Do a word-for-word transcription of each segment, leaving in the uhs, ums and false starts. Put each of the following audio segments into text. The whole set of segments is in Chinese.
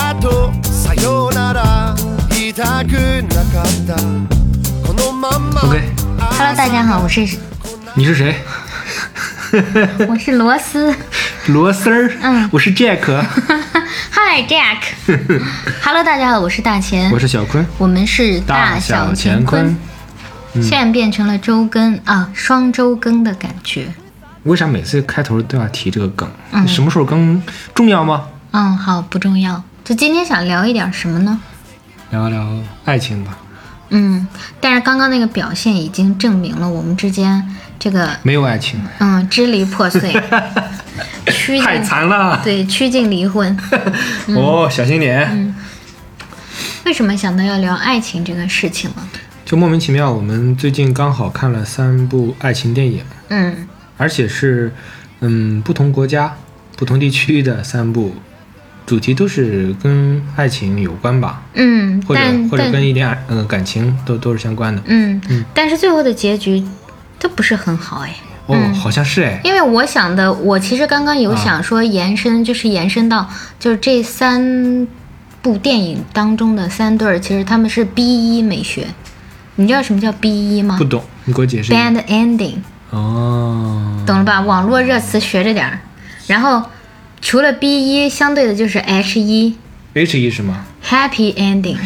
あとさよなら言いたくなかったこのまま OK。Hello， 大家好，我是你是谁？ 我是罗斯。 罗斯儿。 嗯， 我是 Jack。 Hi Jack。Hello， 大家好，我是大钱。 我是小坤。 我们是大小乾坤。嗯、现在变成了周更啊，双周更的感觉。 为啥每次开头都要提这个梗？ 嗯、 什么时候更重要吗？ 嗯，好，不重要。就今天想聊一点什么呢？ 聊聊爱情吧。 嗯，但是刚刚那个表现已经证明了我们之间这个没有爱情。 嗯，支离破碎，趋近太惨了。 对，趋近离婚。 嗯、哦，小心点。 嗯。为什么想到要聊爱情这个事情了？ 就莫名其妙，我们最近刚好看了三部爱情电影。 嗯。 而且是，嗯，不同国家、不同地区的三部，主题都是跟爱情有关吧？ 嗯， 或者或者跟一点嗯、呃、感情都都是相关的。 嗯嗯，但是最后的结局都不是很好哎。 哦， 嗯、 好像是哎。 因为我想的，我其实刚刚有想说延伸，啊、就是延伸到就是这三部电影当中的三对儿，其实他们是 B 一美学。你知道什么叫 B 一吗？ 不懂，你给我解释一下。 Bad ending。 哦， 懂了吧？网络热词学着点儿。然后除了 B 一，相对的就是 H 一。 H 一是吗 ？Happy ending。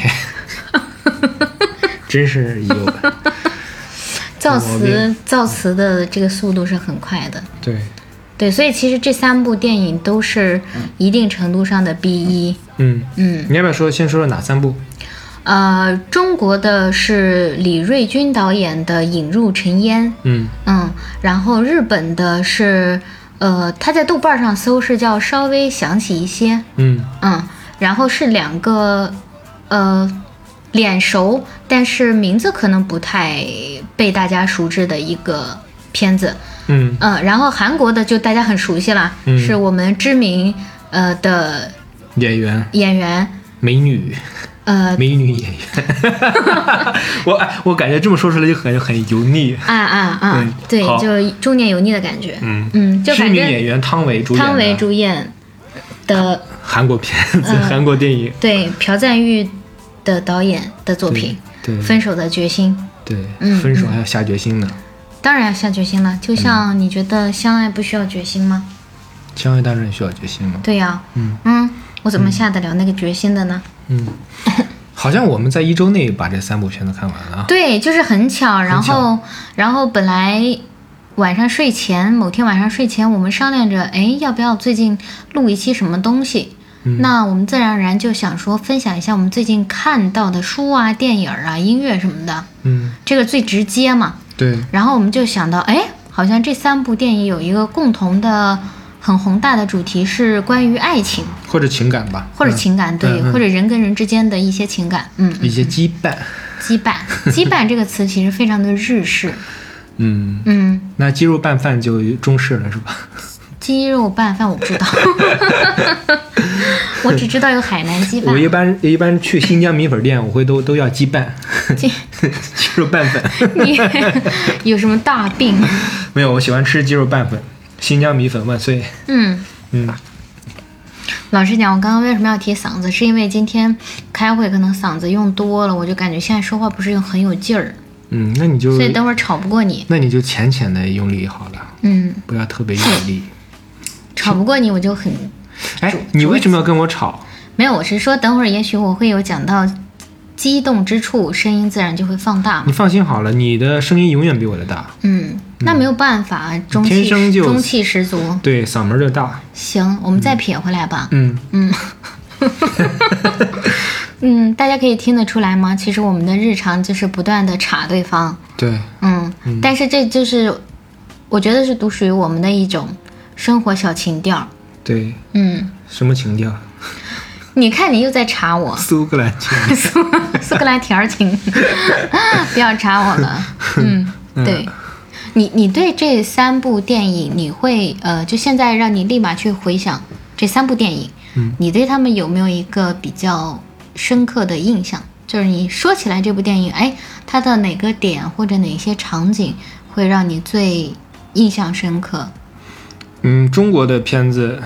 真是有。 造词造词的这个速度是很快的。 对对，所以其实这三部电影都是一定程度上的 B 一。 嗯嗯， 你要不要说先说说哪三部？ 呃，中国的是李瑞军导演的《引入尘烟》， 嗯嗯，然后日本的是，呃，他在豆瓣上搜是叫稍微想起一些， 嗯嗯，然后是两个，呃，脸熟但是名字可能不太被大家熟知的一个片子， 嗯嗯，然后韩国的就大家很熟悉了， 嗯、 是我们知名呃的演员演员美女。 呃， 美女演员，我我感觉这么说出来就很很油腻啊啊啊！ 嗯、 对，就是中年油腻的感觉。 嗯嗯，就知名演员汤唯主演汤唯主演的韩国片子、呃、韩国电影。 对，朴赞郁的导演的作品。 对，对分手的决心。 对， 嗯， 分手还要下决心呢。 当然要下决心了，就像你觉得相爱不需要决心吗？ 相爱当然需要决心了。 对呀、啊， 嗯嗯。我怎么下得了那个决心的呢？ 嗯，好像我们在一周内把这三部片子看完了。 对，就是很巧。然后，然后本来晚上睡前，某天晚上睡前，我们商量着，哎，要不要最近录一期什么东西？ 嗯、 那我们自然而然就想说，分享一下我们最近看到的书啊、电影啊、音乐什么的。 嗯， 这个最直接嘛。 对。 然后我们就想到，哎，好像这三部电影有一个共同的。很宏大的主题是关于爱情或者情感吧， 或者情感、嗯、对、嗯嗯，或者人跟人之间的一些情感，嗯， 一些羁绊。 羁绊，羁绊这个词其实非常的日式。 嗯嗯， 那鸡肉拌饭就中式了是吧？ 鸡肉拌饭我不知道，我只知道有海南鸡饭。 我一般一般去新疆米粉店，我会都都要鸡拌，鸡肉拌粉。 你有什么大病？ 没有，我喜欢吃鸡肉拌粉。新疆米粉万岁！ 嗯嗯， 老实讲，我刚刚为什么要提嗓子，是因为今天开会可能嗓子用多了，我就感觉现在说话不是用很有劲儿。 嗯，那你就所以等会儿吵不过你， 那你就浅浅的用力好了。 嗯， 不要特别用力。 吵不过你，我就很…… 哎，你为什么要跟我吵？ 没有，我是说等会儿也许我会有讲到激动之处，声音自然就会放大嘛。 你放心好了，你的声音永远比我的大。 嗯。那没有办法，嗯、中气天生就中气十足， 对，嗓门就大。 行，我们再撇回来吧。 嗯嗯嗯，大家可以听得出来吗？其实我们的日常就是不断的插对方。 对， 嗯，嗯但是这就是我觉得是独属于我们的一种生活小情调。 对， 嗯， 什么情调？ 你看你又在查我。 苏格兰情。 苏苏格兰甜情，不要查我了。嗯，对。嗯你你对这三部电影，你会呃，就现在让你立马去回想这三部电影， 嗯， 你对他们有没有一个比较深刻的印象？就是你说起来这部电影，哎，它的哪个点或者哪些场景会让你最印象深刻？ 嗯，中国的片子，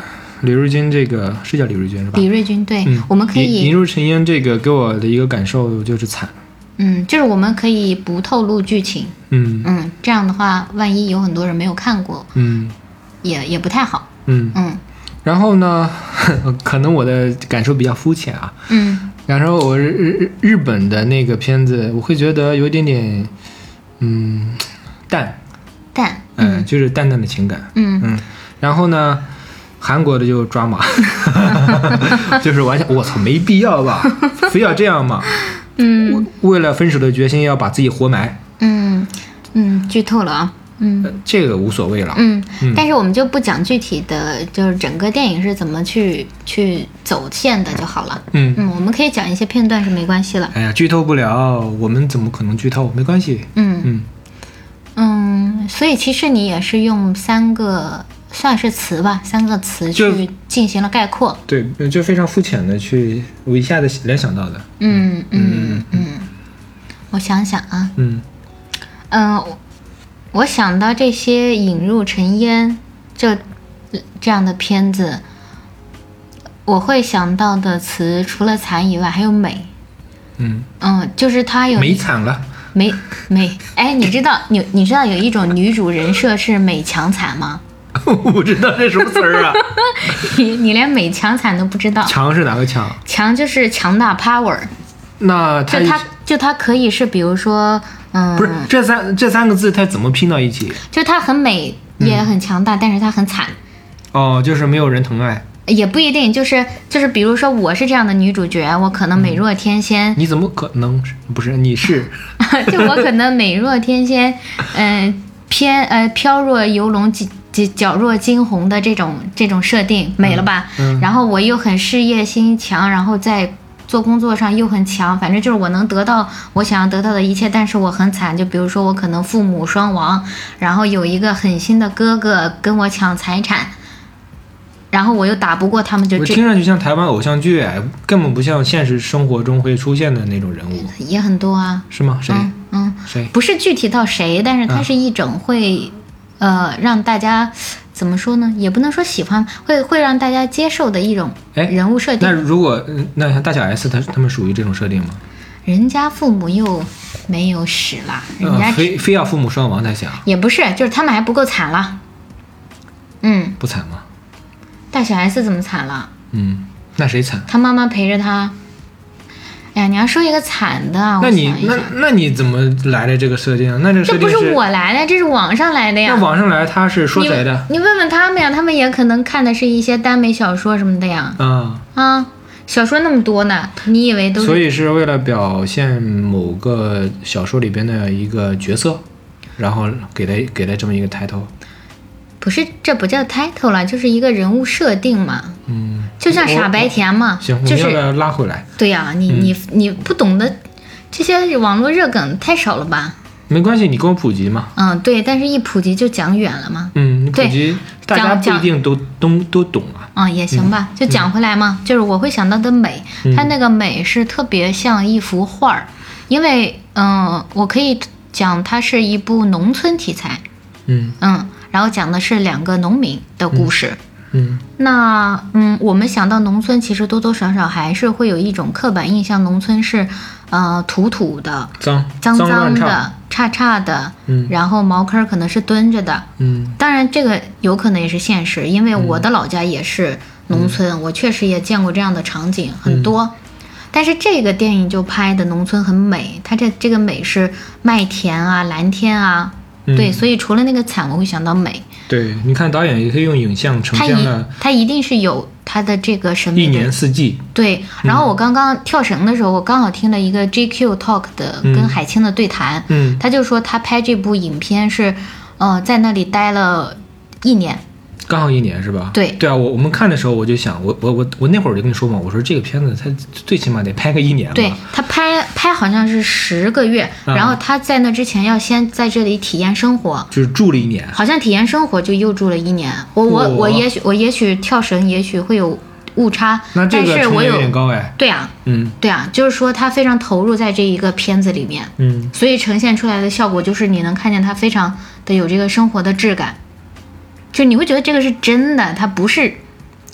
李瑞军这个是叫李瑞军是吧？ 李瑞军对、 嗯、 我们可以引入尘烟这个给我的一个感受就是惨。 嗯，就是我们可以不透露剧情。 嗯嗯，这样的话，万一有很多人没有看过， 嗯， 也也不太好。 嗯嗯。 然后呢，可能我的感受比较肤浅啊。 嗯。 然后我日日日本的那个片子，我会觉得有一点点，嗯，淡。 淡。 嗯、呃，就是淡淡的情感。 嗯嗯。然后呢，韩国的就抓马，就是完全我操，没必要吧，非要这样嘛。 嗯。 为了分手的决心，要把自己活埋。 嗯嗯，剧透了啊。嗯、呃， 这个无所谓了。 嗯，嗯但是我们就不讲具体的，就是整个电影是怎么去去走线的就好了。 嗯嗯，我们可以讲一些片段是没关系了。 哎呀，剧透不了，我们怎么可能剧透？没关系。 嗯嗯嗯，所以其实你也是用三个算是词吧，三个词去进行了概括。 对，就非常肤浅的去，我一下子联想到的。 嗯嗯嗯嗯，我想想啊。 嗯嗯。呃我想到这些引入尘烟这这样的片子，我会想到的词除了惨以外还有美。 嗯嗯，就是它有美惨了。 美美，哎，你知道你你知道有一种女主人设是美强惨吗？ 我不知道这什么词儿啊。 你你连美强惨都不知道？ 强是哪个强？ 强就是强大 power。 那它就它就它可以是比如说。嗯， 不是这三这三个字它怎么拼到一起？ 就它很美也很强大、嗯、但是它很惨。 哦，就是没有人疼爱。 也不一定，就是就是比如说我是这样的女主角，我可能美若天仙。 嗯、你怎么可能不是？你是就我可能美若天仙，嗯、呃、偏呃飘若游龙皎若惊鸿的这种这种设定美了吧、 嗯嗯、 然后我又很事业心强，然后在做工作上又很强，反正就是我能得到我想要得到的一切，但是我很惨。就比如说我可能父母双亡，然后有一个狠心的哥哥跟我抢财产，然后我又打不过他们，就我听上去像台湾偶像剧，根本不像现实生活中会出现的那种人物。 也很多啊。 是吗？谁？ 嗯嗯， 谁？ 不是具体到谁，但是它是一种会、嗯、呃让大家怎么说呢？也不能说喜欢，会会让大家接受的一种人物设定。 那如果那像大小 S 他他们属于这种设定吗？ 人家父母又没有死啦，人家、 呃、非非要父母双亡才行。也不是，就是他们还不够惨了。嗯， 不惨吗？ 大小 S 怎么惨了？ 嗯，那谁惨？ 他妈妈陪着他。哎呀，你要说一个惨的， 那你那那你怎么来的这个设定？那这个设定是这不是我来的，这是网上来的呀。 那网上来他是说谁的？ 你, 你问问他们呀，他们也可能看的是一些耽美小说什么的呀。 啊啊，小说那么多呢，你以为都是？ 所以是为了表现某个小说里边的一个角色，然后给了给了这么一个 title。 不是，这不叫 title 了，就是一个人物设定嘛。 嗯， 就像傻白甜嘛。 行， 就是我们要拉回来。 对呀、啊，你、嗯、你你不懂的这些网络热梗太少了吧？ 没关系，你给我普及嘛。 嗯，对，但是一普及就讲远了嘛。 嗯，你普及大家不一定都都都懂啊。 嗯，也行吧，就讲回来嘛，嗯、就是我会想到的美， 嗯、 它那个美是特别像一幅画儿，因为嗯、呃，我可以讲它是一部农村题材。 嗯嗯。然后讲的是两个农民的故事。 嗯，嗯那嗯，我们想到农村，其实多多少少还是会有一种刻板印象，农村是呃土土的、 脏脏脏的、 差差的， 嗯， 然后茅坑可能是蹲着的， 嗯， 当然这个有可能也是现实，因为我的老家也是农村，嗯、我确实也见过这样的场景很多。嗯但是这个电影就拍的农村很美，它这这个美是麦田啊、蓝天啊。 嗯、 对，所以除了那个惨，我会想到美。 对，你看导演也可以用影像呈现了， 他一定是有他的这个审美。 一年四季。 对，然后我刚刚跳绳的时候，嗯、我刚好听了一个 G Q Talk 的跟海清的对谈， 嗯， 他就说他拍这部影片是，呃，在那里待了一年。 刚好一年是吧？ 对对啊，我我们看的时候我就想，我我我我那会儿就跟你说嘛，我说这个片子它最起码得拍个一年吧。 对，他拍拍好像是十个月， 嗯、 然后他在那之前要先在这里体验生活， 就是住了一年。 好像体验生活就又住了一年。我我我也许我也许跳绳也许会有误差， 那这个成本有点高哎。 对啊， 嗯， 对啊，就是说他非常投入在这一个片子里面， 嗯， 所以呈现出来的效果就是你能看见他非常的有这个生活的质感。就你会觉得这个是真的，它不是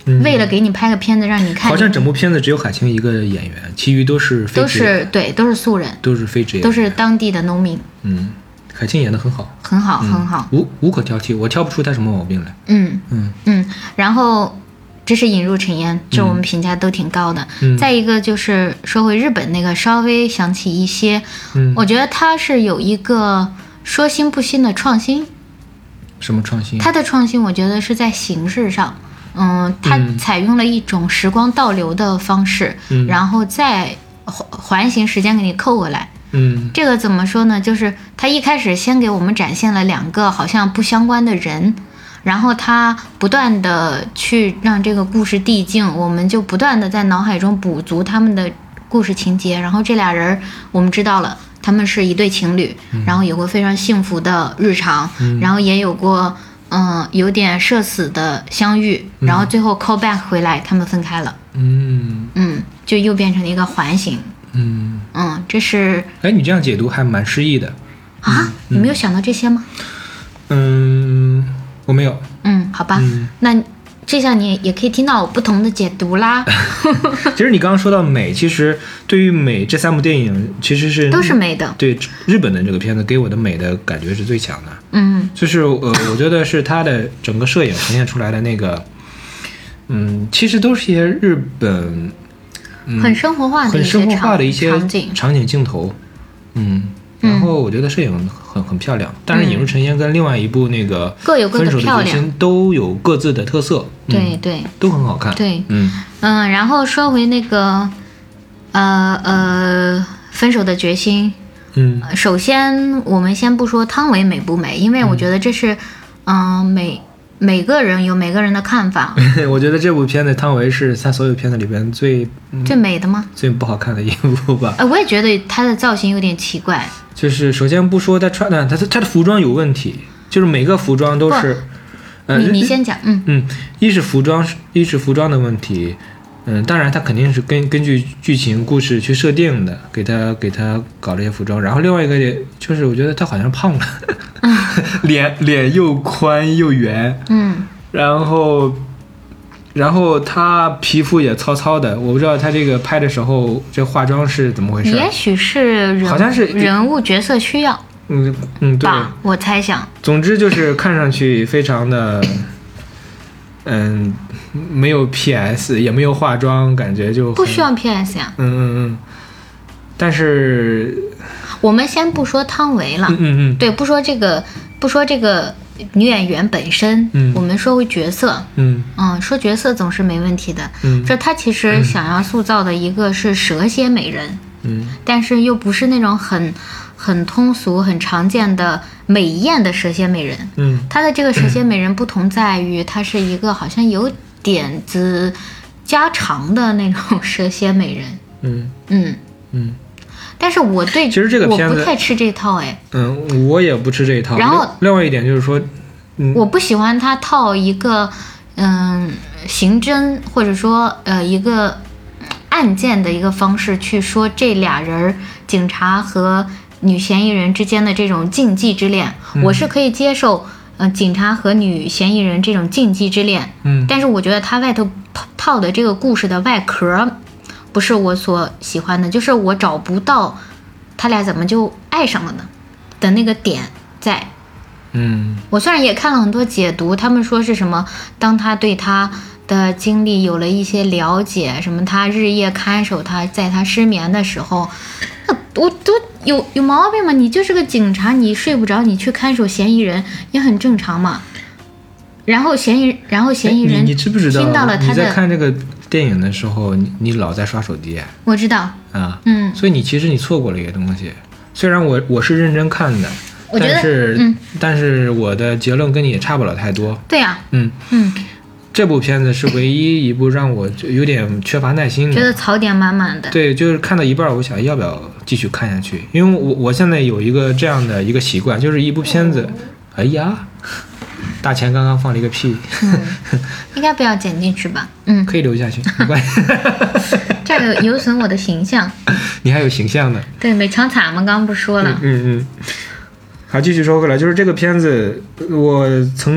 嗯为了给你拍个片子让你看， 好像整部片子只有海清一个演员，其余都是非都职业是对，都是素人， 都是非职业， 都是当地的农民， 嗯，海清演得很好， 很好， 嗯很好。 无无可挑剔，我挑不出他什么毛病来。 嗯嗯嗯，然后这是引入尘烟，这我们评价都挺高的。 嗯再一个就是说回日本那个，稍微想起一些， 嗯， 我觉得它是有一个说新不新的创新。 什么创新？ 它的创新，我觉得是在形式上，嗯，它嗯采用了一种时光倒流的方式， 嗯然后再环环形时间给你扣回来。 嗯这个怎么说呢？就是他一开始先给我们展现了两个好像不相关的人，然后他不断的去让这个故事递进，我们就不断的在脑海中补足他们的故事情节。然后这俩人我们知道了，他们是一对情侣，然后有过非常幸福的日常， 嗯然后也有过嗯有点社死的相遇，然后最后 call back 回来，他们分开了， 嗯嗯，就又变成了一个环形， 嗯， 嗯，这是哎，你这样解读还蛮诗意的。 啊，你没有想到这些吗？ 嗯，我没有。 嗯，好吧， 嗯那这下你也可以听到我不同的解读啦， 其实你刚刚说到美，其实对于美这三部电影，其实是都是美的。 对日本的这个片子给我的美的感觉是最强的。 嗯就是呃，我觉得是它的整个摄影呈现出来的那个，嗯，其实都是一些日本，嗯， 很生活化的一些很生活化的一些场景场景镜头，嗯。然后我觉得摄影很很漂亮，但是《引入尘烟》跟另外一部那个各有各的分手的漂亮决心都有各自的特色，嗯、 对对都很好看。 对， 嗯嗯，然后说回那个，呃呃，分手的决心。 嗯呃首先，我们先不说汤唯美不美，因为我觉得这是，嗯、每每个人有每个人的看法。 我觉得这部片子汤唯是他所有片子里边最、嗯、 最美的吗？ 最不好看的一部吧。 呃，我也觉得她的造型有点奇怪。 就是首先不说他穿的，他他的服装有问题，就是每个服装都是，呃， 你你先讲，嗯嗯，一是服装，一是服装的问题，嗯，当然他肯定是根根据剧情故事去设定的，给他给他搞这些服装。然后另外一个也就是我觉得他好像胖了，脸脸又宽又圆， 嗯， 然后然后他皮肤也糙糙的，我不知道他这个拍的时候这化妆是怎么回事。 也许是人好像是人物角色需要嗯嗯，对。 吧，我猜想。 总之就是看上去非常的，嗯，没有 P S， 也没有化妆，感觉就很不需要 P S 呀。 嗯嗯嗯。但是， 我们先不说汤唯了， 嗯嗯嗯， 对，不说这个，不说这个女演员本身， 嗯我们说回角色， 嗯嗯，说角色总是没问题的。 嗯这她其实想要塑造的一个是蛇蝎美人， 嗯但是又不是那种很很通俗、很常见的美艳的蛇蝎美人。 嗯她的这个蛇蝎美人不同在于，她是一个好像有点子加长的那种蛇蝎美人。 嗯嗯， 嗯但是我对其实这个片子我不太吃这套哎， 嗯，我也不吃这一套。 然后另另外一点就是说，嗯， 我不喜欢他套一个嗯刑侦或者说呃一个案件的一个方式去说这俩人儿警察和女嫌疑人之间的这种禁忌之恋， 嗯我是可以接受呃警察和女嫌疑人这种禁忌之恋， 嗯但是我觉得他外头套的这个故事的外壳不是我所喜欢的，就是我找不到他俩怎么就爱上了呢的那个点在。 嗯我虽然也看了很多解读，他们说是什么，当他对他的经历有了一些了解，什么他日夜看守他，在他失眠的时候，那我都有有毛病吗？你就是个警察，你睡不着，你去看守嫌疑人也很正常嘛。然后嫌疑，然后嫌疑人哎你你知不知道？ 听到了他你在的， 看这个电影的时候，你你老在刷手机我知道， 啊， 嗯， 所以你其实你错过了一个东西。虽然我我是认真看的， 我觉得但是、 嗯但是我的结论跟你也差不了太多。 对呀、 嗯， 嗯， 这部片子是唯一一部让我就有点缺乏耐心觉得的。 槽点满满的， 对，就是看到一半，我想要不要继续看下去？因为我我现在有一个这样的一个习惯，就是一部片子，哎呀，大钱刚刚放了一个屁， 嗯，应该不要剪进去吧？嗯， 可以留下去，没关系。 这样有有损我的形象。 你还有形象呢。 对，美强惨嘛，刚刚不说了。 嗯嗯。好，继续说回来，就是这个片子，我曾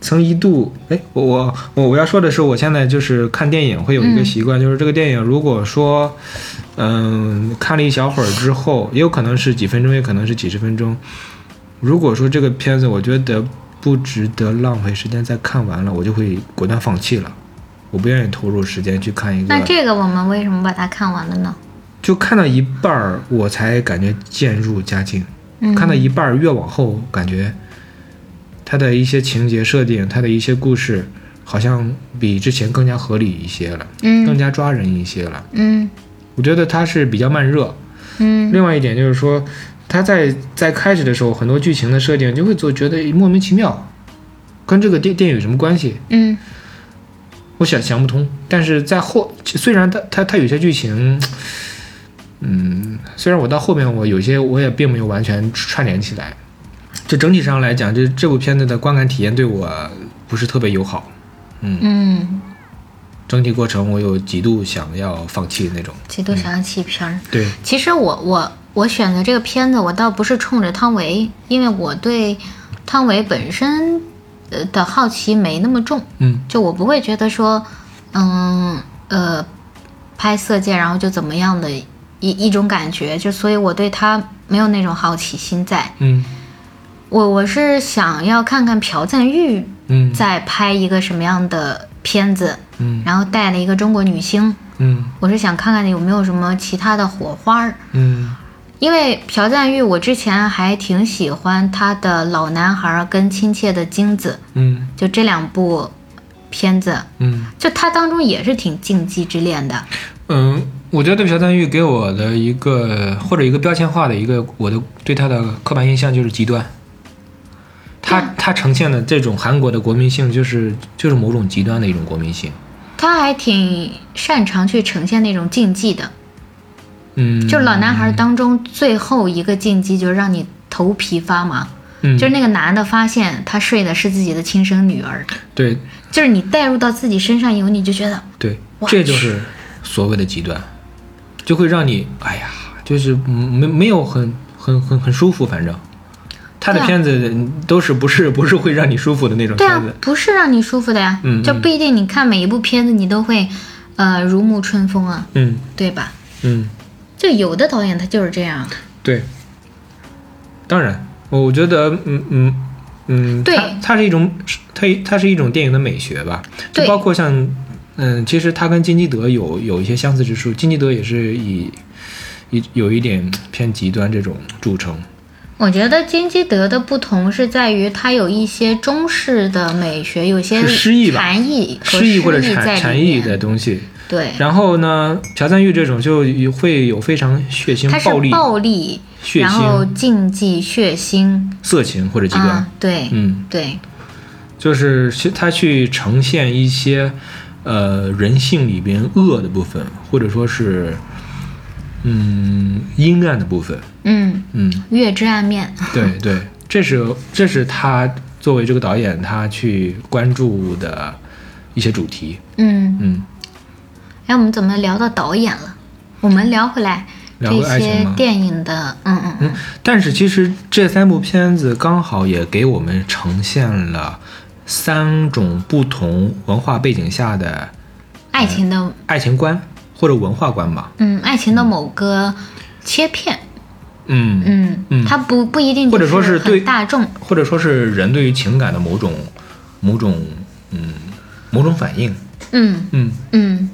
曾一度，哎，我我我我要说的是，我现在就是看电影会有一个习惯，嗯、就是这个电影如果说，嗯，看了一小会儿之后，也有可能是几分钟，也可能是几十分钟。如果说这个片子我觉得不值得浪费时间再看完了，我就会果断放弃了。我不愿意投入时间去看一个。 那这个我们为什么把它看完了呢？ 就看到一半我才感觉渐入佳境，嗯、看到一半越往后感觉。它的一些情节设定，它的一些故事，好像比之前更加合理一些了，嗯，更加抓人一些了， 嗯， 我觉得它是比较慢热， 嗯。 另外一点就是说，它在在开始的时候，很多剧情的设定就会做觉得莫名其妙，跟这个电电影有什么关系？ 嗯， 我想想不通。但是在后，虽然它它它有些剧情，嗯，虽然我到后面我有些我也并没有完全串联起来。就整体上来讲，这这部片子的观感体验对我不是特别友好，嗯嗯， 整体过程我有极度想要放弃那种， 极度想要弃片儿、嗯。 对， 其实我我我选择这个片子，我倒不是冲着汤唯，因为我对汤唯本身呃的好奇没那么重， 嗯， 就我不会觉得说，嗯呃，拍色戒然后就怎么样的一一种感觉，就所以我对他没有那种好奇心在， 嗯。 我我是想要看看朴赞郁在拍一个什么样的片子， 嗯， 然后带了一个中国女星， 嗯， 我是想看看有没有什么其他的火花， 嗯， 因为朴赞郁我之前还挺喜欢他的《老男孩》跟《亲切的金子》， 嗯， 就这两部片子， 嗯， 就他当中也是挺禁忌之恋的， 嗯，我觉得朴赞郁给我的一个或者一个标签化的一个我的对他的刻板印象就是极端。他他呈现的这种韩国的国民性，就是就是某种极端的一种国民性。 他还挺擅长去呈现那种禁忌的， 嗯， 就是老男孩当中最后一个禁忌，就是让你头皮发麻。嗯，就是那个男的发现他睡的是自己的亲生女儿。 对， 就是你带入到自己身上以后，你就觉得， 对，这就是所谓的极端，就会让你哎呀，就是没没有很很很很舒服，反正。他的片子都是不是不是会让你舒服的那种片子， 对啊，不是让你舒服的呀， 嗯， 就不一定你看每一部片子你都会，呃，如沐春风啊， 嗯， 对吧？ 嗯， 就有的导演他就是这样， 对，当然，我觉得，嗯嗯嗯， 对， 它它是一种，它它是一种电影的美学吧，就包括像，嗯，其实它跟金基德有有一些相似之处，金基德也是以一有一点偏极端这种著称。 我觉得金基德的不同是在于它有一些中式的美学，有些诗意吧， 禅意、 诗意或者禅禅意的东西。 对。 然后呢，朴赞郁这种就会有非常血腥、暴力、 暴力、 血腥， 然后禁忌、血腥、 色情或者极端。 啊、对， 嗯， 对， 就是他去呈现一些呃人性里边恶的部分，或者说是。嗯，阴暗的部分， 嗯嗯， 月之暗面， 对对，这是这是他作为这个导演他去关注的一些主题， 嗯嗯。 哎，我们怎么聊到导演了？我们聊回来这些电影的，嗯嗯嗯。但是其实这三部片子刚好也给我们呈现了三种不同文化背景下的爱情的、呃、 爱情观。或者文化观吧， 嗯，爱情的某个切片， 嗯嗯嗯，它不不一定或者说是对大众， 或者说是人对于情感的某种某种嗯某种反应， 嗯嗯嗯，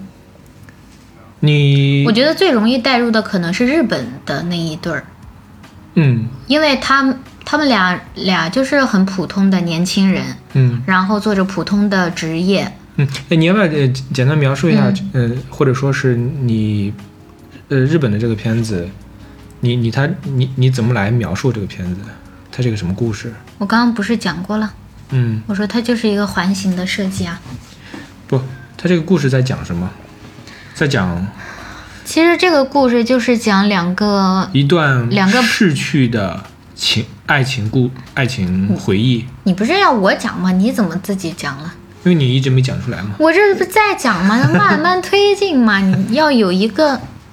你我觉得最容易带入的可能是日本的那一对儿， 嗯， 因为他们他们俩俩就是很普通的年轻人， 嗯， 然后做着普通的职业。 嗯，哎，你要不要呃简单描述一下，嗯、呃，或者说是你，呃，日本的这个片子，你你他你你怎么来描述这个片子？它是一个什么故事？ 我刚刚不是讲过了？ 嗯， 我说它就是一个环形的设计啊。 不，它这个故事在讲什么？在讲， 其实这个故事就是讲两个一段两个逝去的情爱情故爱情回忆。 你不是要我讲吗？你怎么自己讲了？ 因为你一直没讲出来嘛， 我这不在讲吗？慢慢推进嘛，你要有一个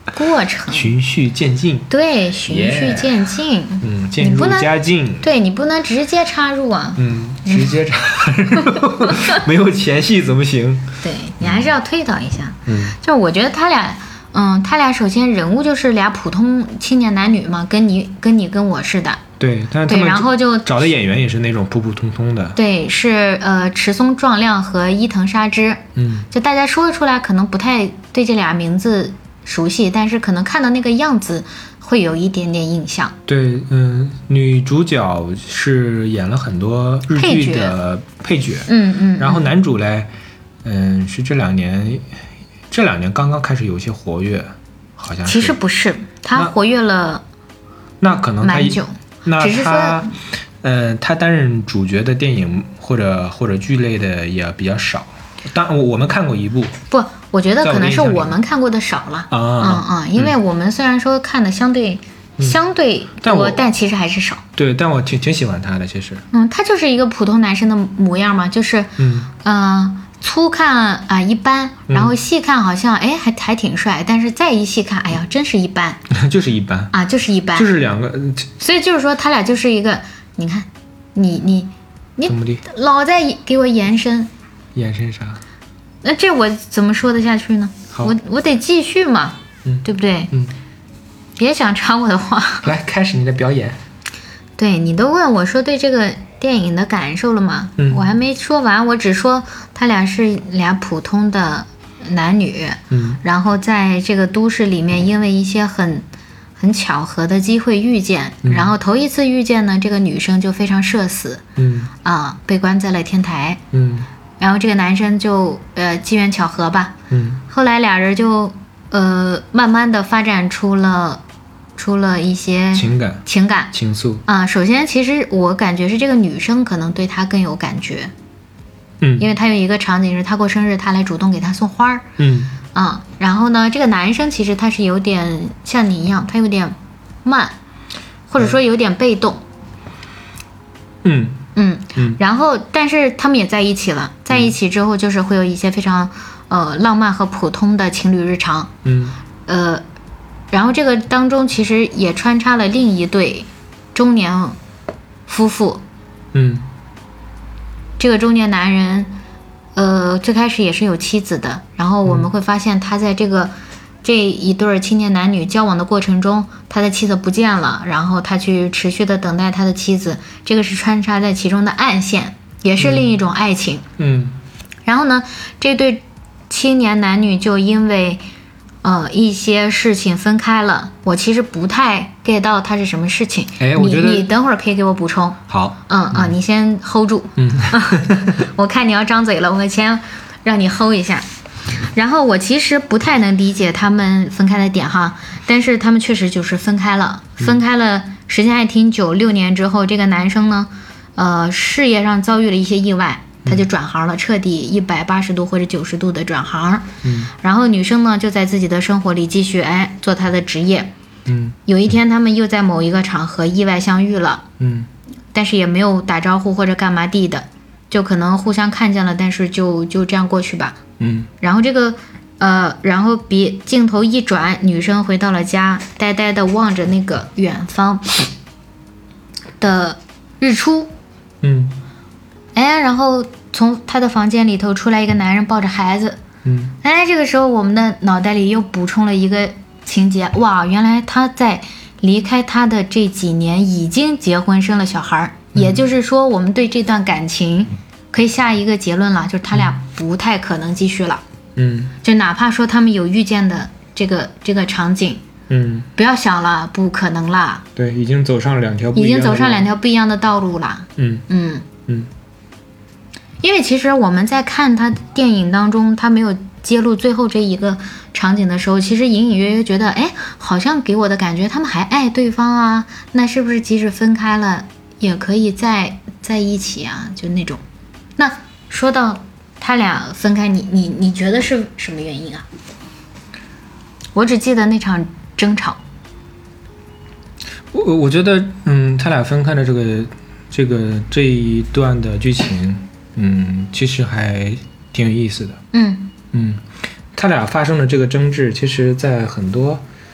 过程， 循序渐进。 对，循序渐进。 Yeah 嗯，渐入佳境。 对，你不能直接插入啊。 嗯，直接插入，没有前戏怎么行？ 对，你还是要推导一下。 嗯， 就我觉得他俩，嗯，他俩首先人物就是俩普通青年男女嘛，跟你跟你跟我似的。 对，但是他对， 们然后就找的演员也是那种普普通通的。 对，是呃池松壮亮和伊藤沙织。 嗯， 就大家说出来可能不太对这俩名字熟悉，但是可能看到那个样子会有一点点印象。 对，嗯，女主角是演了很多日剧的配角。 嗯嗯。 然后男主嘞，嗯，是这两年，这两年刚刚开始有些活跃，好像是。 其实不是，他活跃了， 那可能他蛮久。 那只是说他，呃，他担任主角的电影或者或者剧类的也比较少。当我我们看过一部， 不，我觉得可能是在我的印象里我们看过的少了。 啊嗯嗯，因为我们虽然说看的相对、 嗯相对但我多，但其实还是少。 对，但我挺挺喜欢他的，其实。 嗯，他就是一个普通男生的模样嘛，就是嗯呃粗看啊、一般，然后细看好像哎还还挺帅，但是再一细看，哎呀真是一般就是一般， 啊，就是一般。 就是两个， 所以就是说他俩就是一个，你看，你你你怎么的？ 老在给我延伸， 眼神啥？ 那这我怎么说得下去呢？ 好我我得继续嘛， 嗯对不对？ 嗯， 别想插我的话。 来开始你的表演。 对，你都问我说对这个电影的感受了吗？ 嗯我还没说完，我只说他俩是俩普通的男女， 嗯然后在这个都市里面，因为一些很很巧合的机会遇见， 嗯然后头一次遇见呢，这个女生就非常社死嗯啊，被关在了天台， 嗯然后这个男生就呃机缘巧合吧， 嗯后来俩人就呃慢慢的发展出了出了一些情感情感情愫。 啊。首先，其实我感觉是这个女生可能对他更有感觉， 嗯因为他有一个场景是他过生日，他来主动给他送花儿嗯啊。然后呢，这个男生其实他是有点像你一样，他有点慢，或者说有点被动。 嗯嗯嗯然后但是他们也在一起了，在一起之后就是会有一些非常呃浪漫和普通的情侣日常， 嗯呃，然后这个当中其实也穿插了另一对中年夫妇。 嗯这个中年男人，呃，最开始也是有妻子的，然后我们会发现他在这个、这一对儿青年男女交往的过程中，他的妻子不见了，然后他去持续的等待他的妻子，这个是穿插在其中的暗线，也是另一种爱情。 嗯然后呢，这对青年男女就因为呃一些事情分开了。我其实不太 get 到它是什么事情。 哎我觉得你你等会儿可以给我补充。 好。 嗯啊，你先 hold 住。 嗯我看你要张嘴了，我先让你 hold 一下。然后我其实不太能理解他们分开的点哈，但是他们确实就是分开了，分开了时间还挺久，六年之后，这个男生呢，呃，事业上遭遇了一些意外，他就转行了，彻底一百八十度或者九十度的转行。 嗯然后女生呢，就在自己的生活里继续哎做她的职业。 嗯有一天，他们又在某一个场合意外相遇了， 嗯但是也没有打招呼或者干嘛地的，就可能互相看见了，但是就就这样过去吧。 嗯然后这个呃，然后比镜头一转，女生回到了家，呆呆地望着那个远方的日出。 嗯哎，然后从她的房间里头出来一个男人抱着孩子。 嗯哎，这个时候我们的脑袋里又补充了一个情节，哇，原来他在离开他的这几年已经结婚生了小孩儿，也就是说，我们对这段感情可以下一个结论了，就是他俩不太可能继续了。 嗯就哪怕说他们有遇见的这个这个场景， 嗯， 不要想了，不可能啦， 对，已经走上了两条不一已样的路。 经走上两条不一样的道路了。 嗯嗯， 嗯因为其实我们在看他电影当中，他没有揭露最后这一个场景的时候，其实隐隐约约觉得，哎，好像给我的感觉他们还爱对方啊，那是不是即使分开了也可以在在一起啊？就那种。那说到他俩分开，你你你觉得是什么原因啊？我只记得那场争吵。 我我觉得，嗯，他俩分开的这个这个这一段的剧情，嗯，其实还挺有意思的。 嗯嗯，他俩发生的这个争执，其实在很多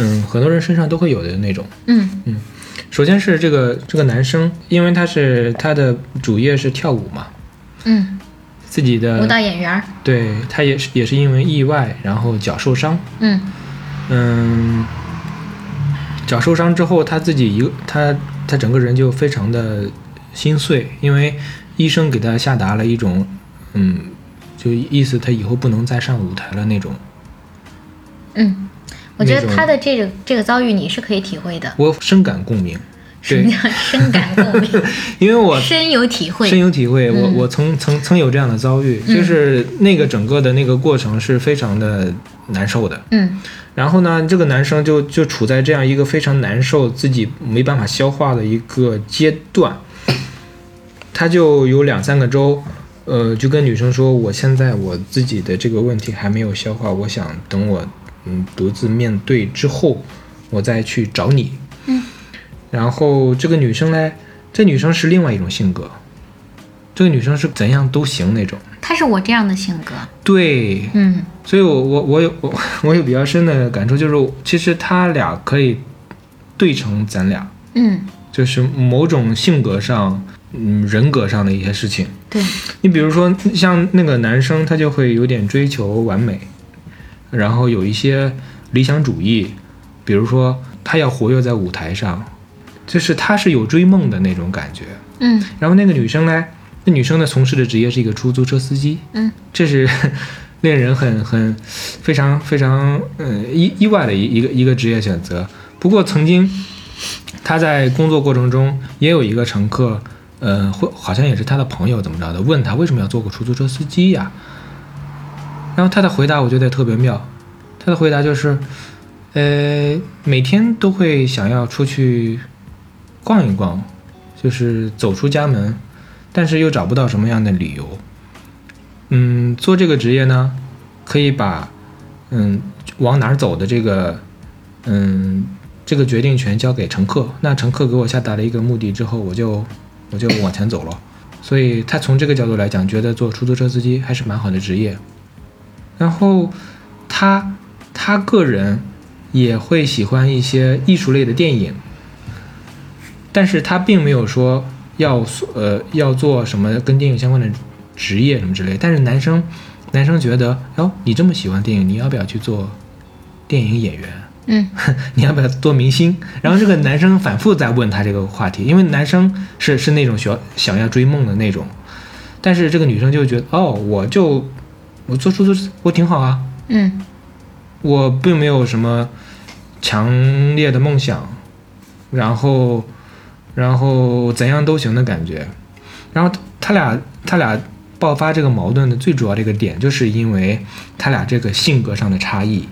嗯，很多人身上都会有的那种。 嗯嗯，首先是这个这个男生，因为他是他的主业是跳舞嘛， 嗯， 自己的舞蹈演员。 对，他也是也是因为意外，然后脚受伤。 嗯嗯，脚受伤之后，他自己一个他他整个人就非常的心碎，因为医生给他下达了一种，嗯，就意思他以后不能再上舞台了那种。 嗯，我觉那种得他的这个这个遭遇你是可以体会的。 我深感共鸣。对， 什么叫深感共鸣？ 因为我深有体会。 深有体会，我嗯我曾曾曾有这样的遭遇， 嗯就是那个整个的那个过程是非常的难受的。 嗯然后呢，这个男生就就处在这样一个非常难受、自己没办法消化的一个阶段，他就有两三个周，呃，就跟女生说，我现在我自己的这个问题还没有消化，我想等我嗯独自面对之后，我再去找你。 嗯。 然后这个女生呢，这女生是另外一种性格，这个女生是怎样都行那种。 他是我这样的性格。 对， 嗯所以我我我有我我有比较深的感触，就是其实他俩可以对成咱俩， 嗯， 就是某种性格上、嗯人格上的一些事情。 对。 你比如说像那个男生，他就会有点追求完美，然后有一些理想主义，比如说他要活跃在舞台上，就是他是有追梦的那种感觉。 嗯然后那个女生呢，那女生呢从事的职业是一个出租车司机。 嗯这是令人很很非常非常嗯意意外的一一个一个职业选择。不过曾经他在工作过程中也有一个乘客，呃，会好像也是他的朋友怎么着的，问他为什么要做个出租车司机呀？然后他的回答我觉得特别妙，他的回答就是，呃，每天都会想要出去逛一逛，就是走出家门，但是又找不到什么样的理由。嗯，做这个职业呢，可以把嗯往哪儿走的这个嗯这个决定权交给乘客。那乘客给我下达了一个目的之后，我就我就往前走了。所以他从这个角度来讲，觉得做出租车司机还是蛮好的职业。然后他他个人也会喜欢一些艺术类的电影，但是他并没有说要呃要做什么跟电影相关的职业什么之类。但是男生男生觉得，哦，你这么喜欢电影，你要不要去做电影演员？ 嗯， 你要不要做明星？然后这个男生反复在问他这个话题，因为男生是是那种想想要追梦的那种，但是这个女生就觉得，哦，我就我做出租车我挺好啊， 嗯我并没有什么强烈的梦想，然后然后怎样都行的感觉。然后他俩他俩爆发这个矛盾的最主要的一个点，就是因为他俩这个性格上的差异。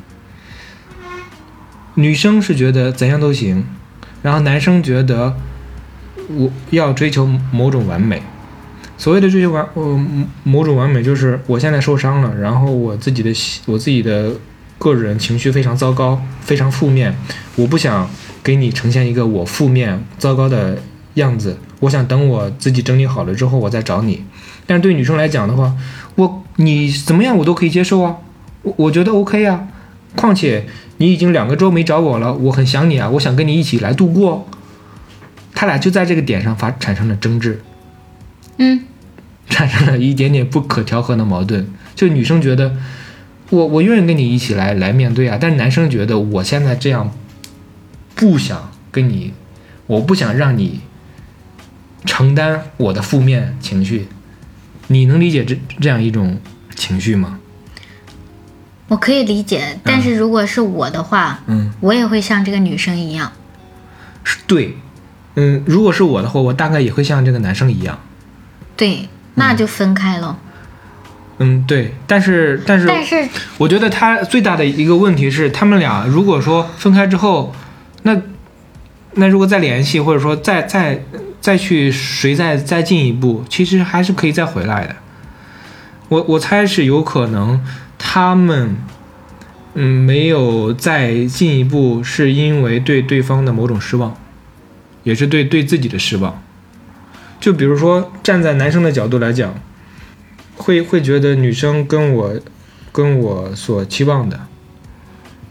女生是觉得怎样都行，然后男生觉得我要追求某种完美。所谓的追求完呃某种完美，就是我现在受伤了，然后我自己的我自己的个人情绪非常糟糕，非常负面，我不想给你呈现一个我负面糟糕的样子，我想等我自己整理好了之后我再找你。但是对女生来讲的话，我你怎么样我都可以接受啊，我我觉得 OK 啊，况且你已经两个周没找我了，我很想你啊，我想跟你一起来度过。他俩就在这个点上发产生了争执， 嗯产生了一点点不可调和的矛盾。就女生觉得我我愿意跟你一起来来面对啊，但是男生觉得我现在这样不想跟你，我不想让你承担我的负面情绪。你能理解这这样一种情绪吗？ 我可以理解，但是如果是我的话， 嗯， 我也会像这个女生一样。 是对，嗯，如果是我的话，我大概也会像这个男生一样。 对，那就分开了。 嗯，对，但是但是但是我觉得他最大的一个问题是，他们俩如果说分开之后，那那如果再联系，或者说再再再去谁再再进一步，其实还是可以再回来的。我我猜是有可能他们嗯没有再进一步，是因为对对方的某种失望，也是对对自己的失望。就比如说站在男生的角度来讲，会会觉得女生跟我跟我所期望的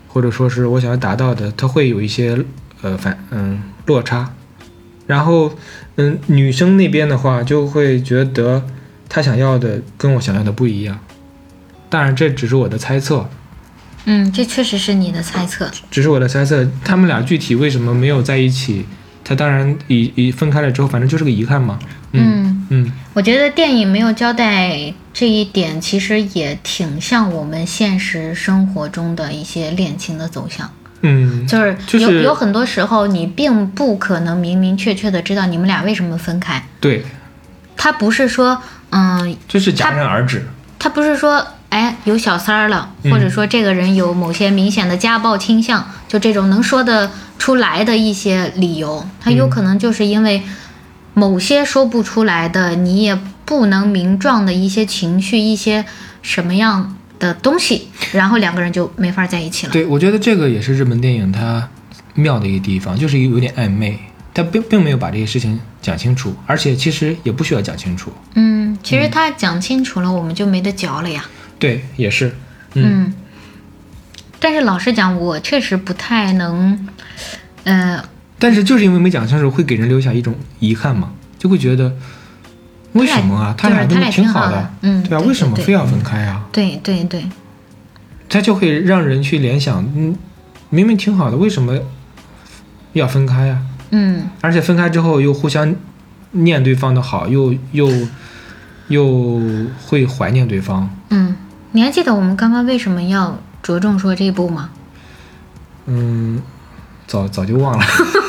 或者说是我想要达到的，它会有一些呃反嗯落差。然后嗯，女生那边的话就会觉得她想要的跟我想要的不一样。当然这只是我的猜测。 嗯，这确实是你的猜测。 只是我的猜测，他们俩具体为什么没有在一起？他当然以以分开了之后，反正就是个遗憾嘛。嗯 嗯, 嗯， 我觉得电影没有交代这一点，其实也挺像我们现实生活中的一些恋情的走向。 嗯， 就是有、 就是有很多时候，你并不可能明明确确的知道你们俩为什么分开。 对， 他不是说，嗯， 就是戛然而止。 他不是说，哎，有小三儿了， 嗯或者说这个人有某些明显的家暴倾向，就这种能说得出来的一些理由，他有可能就是因为某些说不出来的，你也不能名状的一些情绪，一些什么样的东西，然后两个人就没法在一起了。 对，我觉得这个也是日本电影它妙的一个地方，就是有点暧昧，他并并没有把这些事情讲清楚，而且其实也不需要讲清楚。 嗯，其实他讲清楚了，我们就没得嚼了呀。 对，也是。 嗯，嗯但是老实讲，我确实不太能，呃， 但是就是因为没讲清楚，会给人留下一种遗憾嘛，就会觉得为什么啊？ 他俩那么挺好的， 的嗯， 对啊， 对为什么非要分开啊？ 对对对， 他就会让人去联想，嗯，明明挺好的，为什么要分开啊？ 嗯， 而且分开之后又互相念对方的好，又又又会怀念对方。 嗯，你还记得我们刚刚为什么要着重说这一部吗？ 嗯，早早就忘了。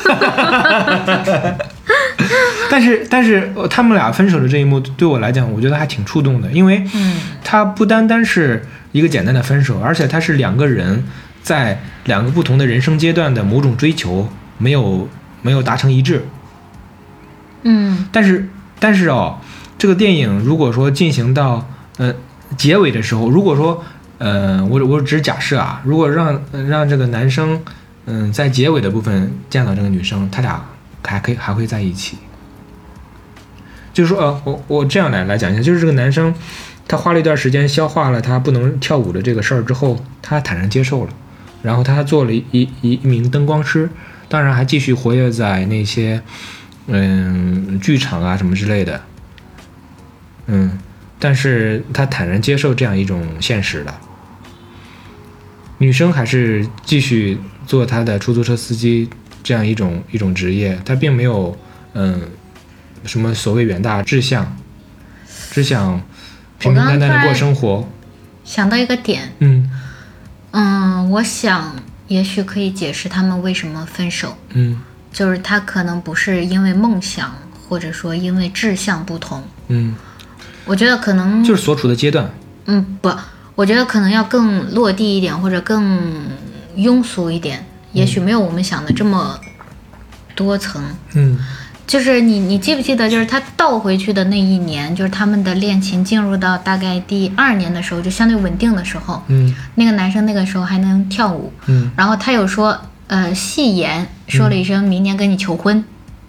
但是但是他们俩分手的这一幕对我来讲，我觉得还挺触动的，因为它不单单是一个简单的分手，而且它是两个人在两个不同的人生阶段的某种追求没有没有达成一致。 嗯， 但是但是哦，这个电影如果说进行到呃结尾的时候，如果说呃我我只是假设啊，如果让让这个男生嗯、呃、在结尾的部分见到这个女生，他俩还可以还会在一起。就是说呃我我这样来来讲一下，就是这个男生他花了一段时间消化了他不能跳舞的这个事儿之后，他坦然接受了，然后他还做了一一一名灯光师，当然还继续活跃在那些嗯剧场啊什么之类的，嗯，但是他坦然接受这样一种现实了。女生还是继续做她的出租车司机这样一种一种职业，她并没有嗯什么所谓远大志向，只想平平淡淡的过生活。 想到一个点， 嗯嗯，我想也许可以解释他们为什么分手。 嗯， 就是他可能不是因为梦想，或者说因为志向不同。 嗯， 我觉得可能就是所处的阶段。 嗯，不，我觉得可能要更落地一点，或者更庸俗一点，也许没有我们想的这么多层。 嗯， 就是你你记不记得，就是他倒回去的那一年，就是他们的恋情进入到大概第二年的时候，就相对稳定的时候。 嗯， 那个男生那个时候还能跳舞。 嗯， 然后他有说，呃，戏言说了一声明年跟你求婚。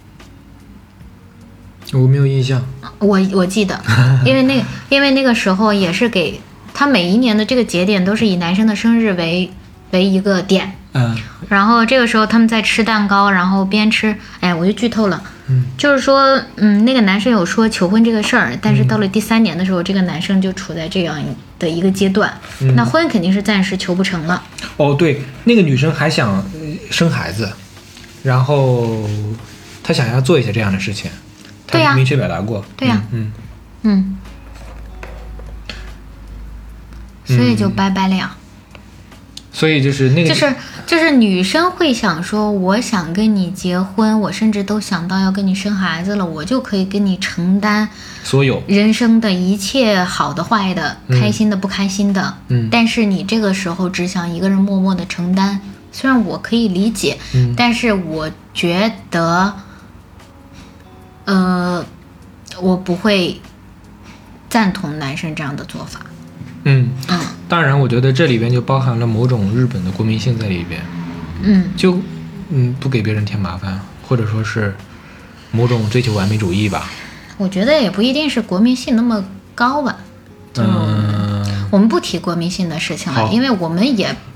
我没有印象。 我我记得，因为那个因为那个时候也是给他每一年的这个节点都是以男生的生日为为一个点。 嗯， 然后这个时候他们在吃蛋糕，然后边吃，哎，我就剧透了。 嗯， 就是说，嗯，那个男生有说求婚这个事儿，但是到了第三年的时候，嗯、这个男生就处在这样的一个阶段，嗯、那婚肯定是暂时求不成了。 哦，对，那个女生还想生孩子，然后她想要做一些这样的事情，她明确表达过。 对呀、啊， 嗯嗯，嗯，所以就拜拜了呀。 所以就是那个， 就是就是女生会想说，我想跟你结婚，我甚至都想到要跟你生孩子了，我就可以跟你承担所有人生的一切好的坏的、 嗯、 开心的不开心的。 嗯， 但是你这个时候只想一个人默默的承担，虽然我可以理解， 嗯， 但是我觉得，呃，我不会赞同男生这样的做法。 嗯嗯， 当然，我觉得这里边就包含了某种日本的国民性在里边。 嗯， 就嗯不给别人添麻烦，或者说是某种追求完美主义吧。 我觉得也不一定是国民性那么高吧。 嗯， 我们不提国民性的事情了，因为我们也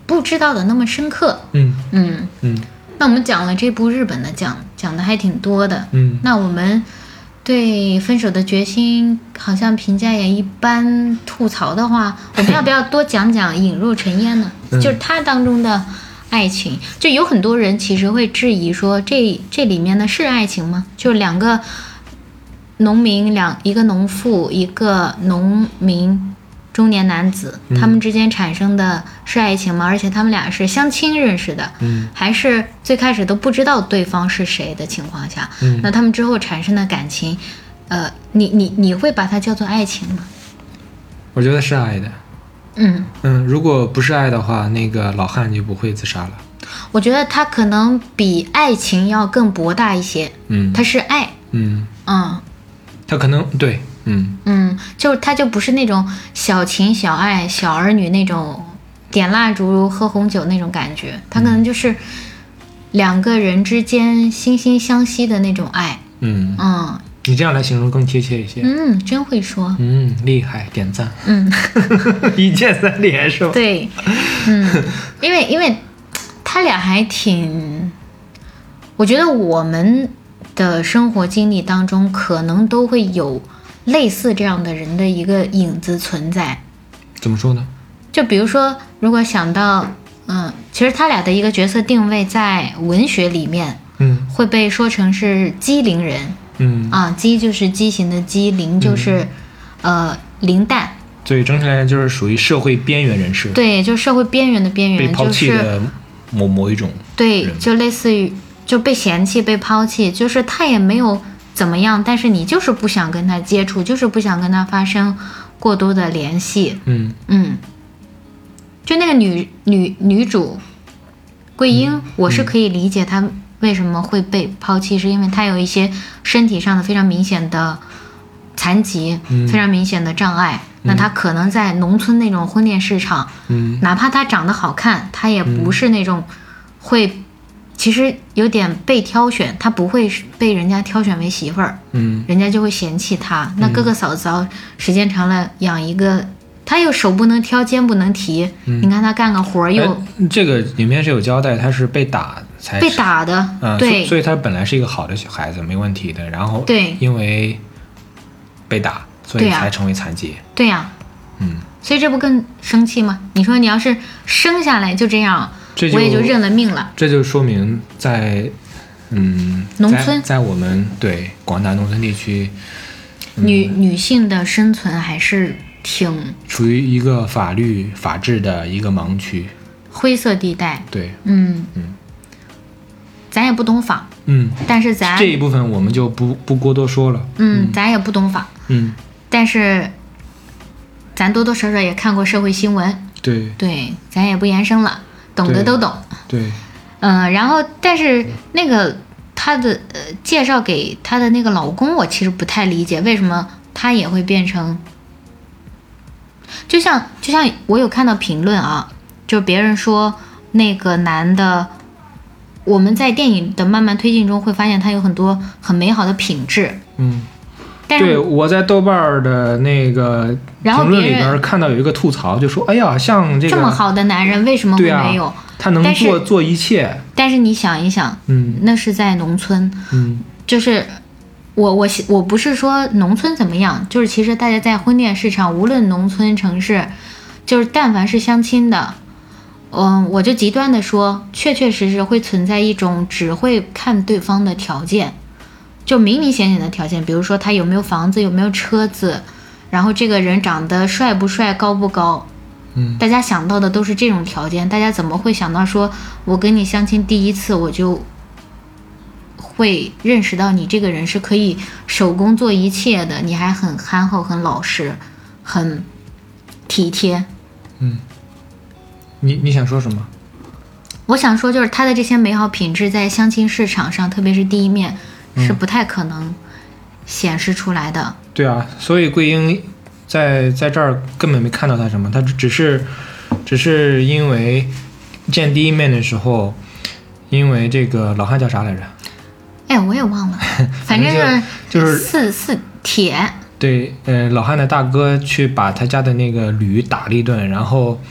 不知道的那么深刻。 嗯嗯嗯那我们讲了这部日本的，讲讲的还挺多的。 嗯， 那我们对《分手的决心》好像评价也一般，吐槽的话，我们要不要多讲讲《引入尘烟》呢？ 嗯就是它当中的爱情，就有很多人其实会质疑说，这这里面的是爱情吗？就是两个农民，两一个农妇，一个农民中年男子， 嗯他们之间产生的是爱情吗？而且他们俩是相亲认识的， 嗯还是最开始都不知道对方是谁的情况下， 嗯那他们之后产生的感情，呃，你你你会把它叫做爱情吗？ 我觉得是爱的。 嗯， 嗯，如果不是爱的话，那个老汉就不会自杀了。 我觉得它可能比爱情要更博大一些， 嗯， 它是爱， 嗯， 嗯他可能对，嗯嗯，就它就不是那种小情小爱、小儿女那种点蜡烛喝红酒那种感觉，它可能就是两个人之间惺惺相惜的那种爱， 嗯， 嗯你这样来形容更贴切一些。 嗯，真会说， 嗯，厉害，点赞。 嗯。 一键三连是吧？ 对，嗯，因为因为他俩还挺，我觉得我们的生活经历当中可能都会有类似这样的人的一个影子存在。 怎么说呢？ 就比如说，如果想到，嗯，其实他俩的一个角色定位在文学里面嗯会被说成是机灵人嗯， 啊，机就是畸形的机，灵就是、呃灵蛋。 所以整体来讲就是属于社会边缘人士， 对，就社会边缘的边缘， 被抛弃就是的某某一种。 对， 人就类似于就被嫌弃、被抛弃，就是他也没有怎么样，但是你就是不想跟他接触，就是不想跟他发生过多的联系。 嗯嗯，就那个女女女主桂英， 嗯我是可以理解她为什么会被抛弃，是因为她有一些身体上的非常明显的残疾， 嗯非常明显的障碍。那她可能在农村那种婚恋市场， 嗯哪怕她长得好看，她也不是那种会，其实有点被挑选，她不会被人家挑选为媳妇儿， 嗯人家就会嫌弃她。那哥哥嫂子啊时间长了养一个，他又手不能挑，肩不能提， 嗯你看他干个活儿又哎这个里面是有交代，他是被打才被打的， 嗯， 对所，所以他本来是一个好的小孩子，没问题的，然后对因为被打，所以对啊才成为残疾。 对呀、 嗯， 所以这不更生气吗？你说你要是生下来就这样， 这就我也就认了命了。 这就说明在嗯农村在，在我们对广大农村地区女女性的生存还是挺处于一个法律法治的一个盲区。 灰色地带。 对， 嗯嗯咱也不懂法， 嗯， 但是咱这一部分我们就不不过多说了。 嗯，咱也不懂法， 嗯， 但是咱多多少少也看过社会新闻， 对对，咱也不言声了，懂的对都懂。 对， 嗯，然后但是那个她的呃介绍给她的那个老公，我其实不太理解为什么他也会变成，就像就像我有看到评论啊，就别人说那个男的，我们在电影的慢慢推进中会发现他有很多很美好的品质， 嗯。对， 但是我在豆瓣儿的那个然后评论里别人边看到有一个吐槽，就说：“哎呀，像这个这么好的男人为什么会对啊没有？ 他能但是做做一切。 但是你想一想， 嗯那是在农村， 嗯就是我我我不是说农村怎么样，就是其实大家在婚恋市场，无论农村城市，就是但凡是相亲的，嗯，我就极端的说，确确实实会存在一种只会看对方的条件，就明明显显的条件，比如说他有没有房子，有没有车子，然后这个人长得帅不帅，高不高。 嗯大家想到的都是这种条件，大家怎么会想到说，我跟你相亲第一次我就会认识到你这个人是可以手工做一切的，你还很憨厚、很老实、很体贴。 嗯，你你想说什么？ 我想说，就是他的这些美好品质在相亲市场上，特别是第一面， 嗯是不太可能显示出来的。 对啊，所以桂英在在这儿根本没看到他什么，他只是只是因为见第一面的时候，因为这个老汉叫啥来着？ 哎，我也忘了，反正是就是四四铁。 对，呃，老汉的大哥去把他家的那个驴打了一顿，然后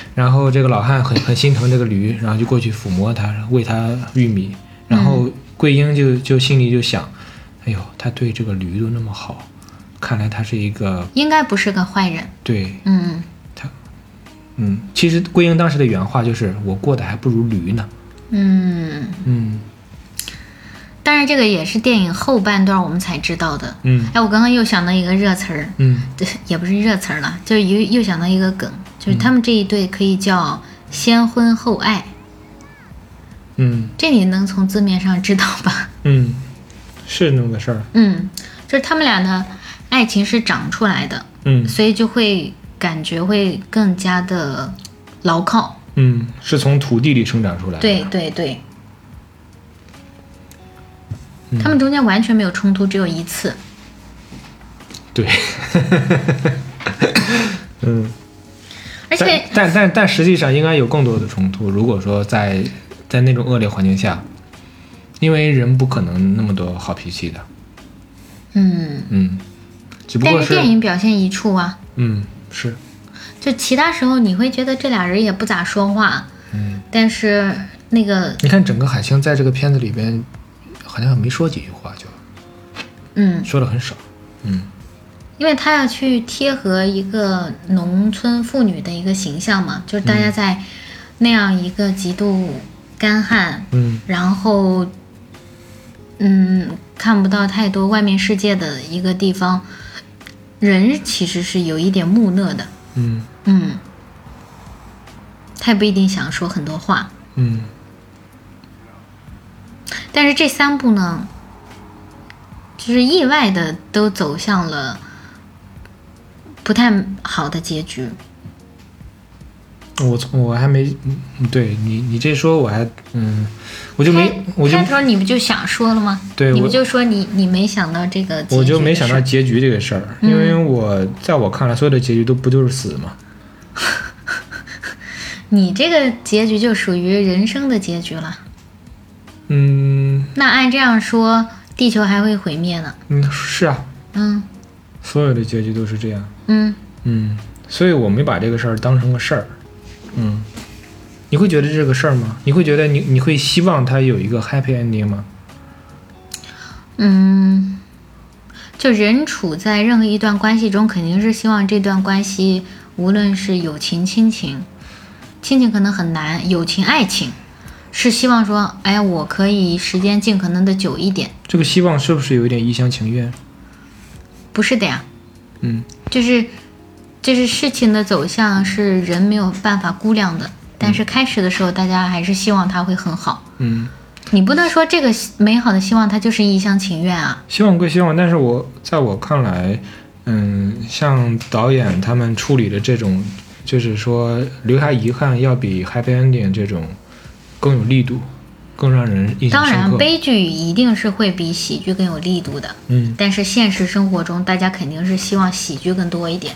然后这个老汉很很心疼这个驴，然后就过去抚摸它，喂它玉米。然后桂英就就心里就想，哎呦，他对这个驴都那么好，看来他是一个应该不是个坏人。 对， 嗯， 他，嗯，其实桂英当时的原话就是我过得还不如驴呢。 嗯嗯， 当然这个也是电影后半段我们才知道的。 嗯， 哎，我刚刚又想到一个热词儿， 嗯， 对，也不是热词儿了，就是又又想到一个梗，就是他们这一对可以叫先婚后爱。 嗯， 这你能从字面上知道吧？ 嗯，是那么个事儿。 嗯，就是他们俩的爱情是长出来的， 嗯所以就会感觉会更加的牢靠。 嗯，是从土地里生长出来的。 对对对， 嗯他们中间完全没有冲突，只有一次。 对，嗯， 而且但但但但实际上应该有更多的冲突。如果说在在那种恶劣环境下，因为人不可能那么多好脾气的。 嗯， 嗯，只不过但是电影表现一处啊， 嗯是， 就其他时候你会觉得这俩人也不咋说话， 嗯， 但是那个你看整个海清在这个片子里边好像没说几句话，就嗯， 说的很少。嗯因为他要去贴合一个农村妇女的一个形象嘛，就是大家在那样一个极度干旱， 嗯然后嗯看不到太多外面世界的一个地方，人其实是有一点木讷的。 嗯嗯，他也不一定想说很多话。 嗯但是这三部呢，就是意外的都走向了不太好的结局。 我从我还没，嗯对你你这说我还嗯，我就没开我就开头你不就想说了吗？ 对我你不就说你你没想到这个结局的事， 我就没想到结局这个事儿，因为我在我看来所有的结局都不就是死吗？ 你这个结局就属于人生的结局了。 嗯那按这样说，地球还会毁灭呢？ 嗯是啊， 嗯所有的结局都是这样。 嗯， 嗯，所以我没把这个事儿当成个事儿。嗯，你会觉得这是个事儿吗？你会觉得你你会希望它有一个 happy ending 吗？ 嗯，就人处在任何一段关系中，肯定是希望这段关系，无论是友情、亲情，亲情可能很难，友情、爱情，是希望说，哎呀，我可以时间尽可能的久一点。 这个希望是不是有一点一厢情愿？ 不是的呀， 嗯就是就是事情的走向是人没有办法估量的，但是开始的时候，大家还是希望它会很好。 嗯， 你不能说这个美好的希望它就是一厢情愿啊。 希望归希望，但是我在我看来，嗯，像导演他们处理的这种，就是说留下遗憾，要比 happy ending 这种更有力度，更让人印象当深刻。 然，悲剧一定是会比喜剧更有力度的。 嗯但是现实生活中，大家肯定是希望喜剧更多一点，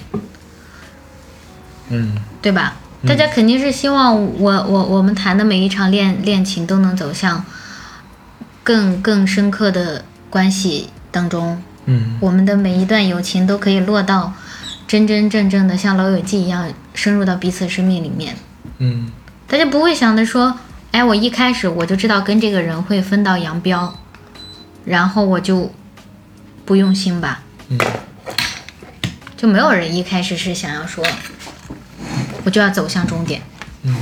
嗯对吧？大家肯定是希望我我我们谈的每一场恋恋情都能走向更更深刻的关系当中， 嗯我们的每一段友情都可以落到真真正正的像老友记一样深入到彼此生命里面。 嗯大家不会想着说，哎，我一开始我就知道跟这个人会分道扬镳，然后我就不用心吧。 嗯， 就没有人一开始是想要说我就要走向终点。 嗯，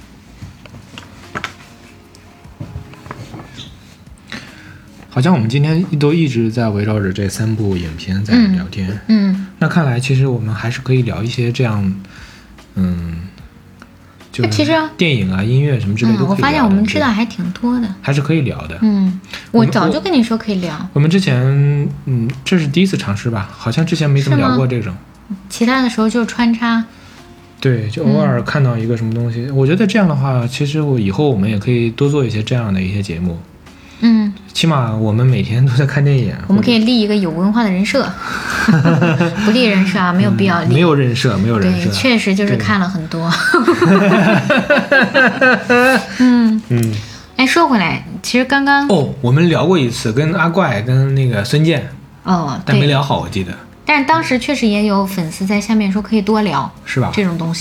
好像我们今天都一直在围绕着这三部影片在聊天。 嗯， 那看来其实我们还是可以聊一些这样，嗯，就其实电影啊、音乐什么之类都可以聊的。 嗯，我发现我们知道还挺多的。 还是可以聊的。 嗯，我早就跟你说可以聊。 我们之前，嗯，这是第一次尝试吧？好像之前没怎么聊过这种。 其他的时候就是穿插。 对，就偶尔看到一个什么东西，嗯、我觉得这样的话，其实我以后我们也可以多做一些这样的一些节目。 嗯， 起码我们每天都在看电影。 我们可以立一个有文化的人设，不立人设啊，没有必要立。 嗯、没有人设，没有人设。 对，确实就是看了很多。嗯嗯。哎，说回来，其实刚刚哦，我们聊过一次，跟阿怪跟那个孙健。 哦， 但没聊好，我记得。 但是当时确实也有粉丝在下面说可以多聊， 是吧？ 这种东西，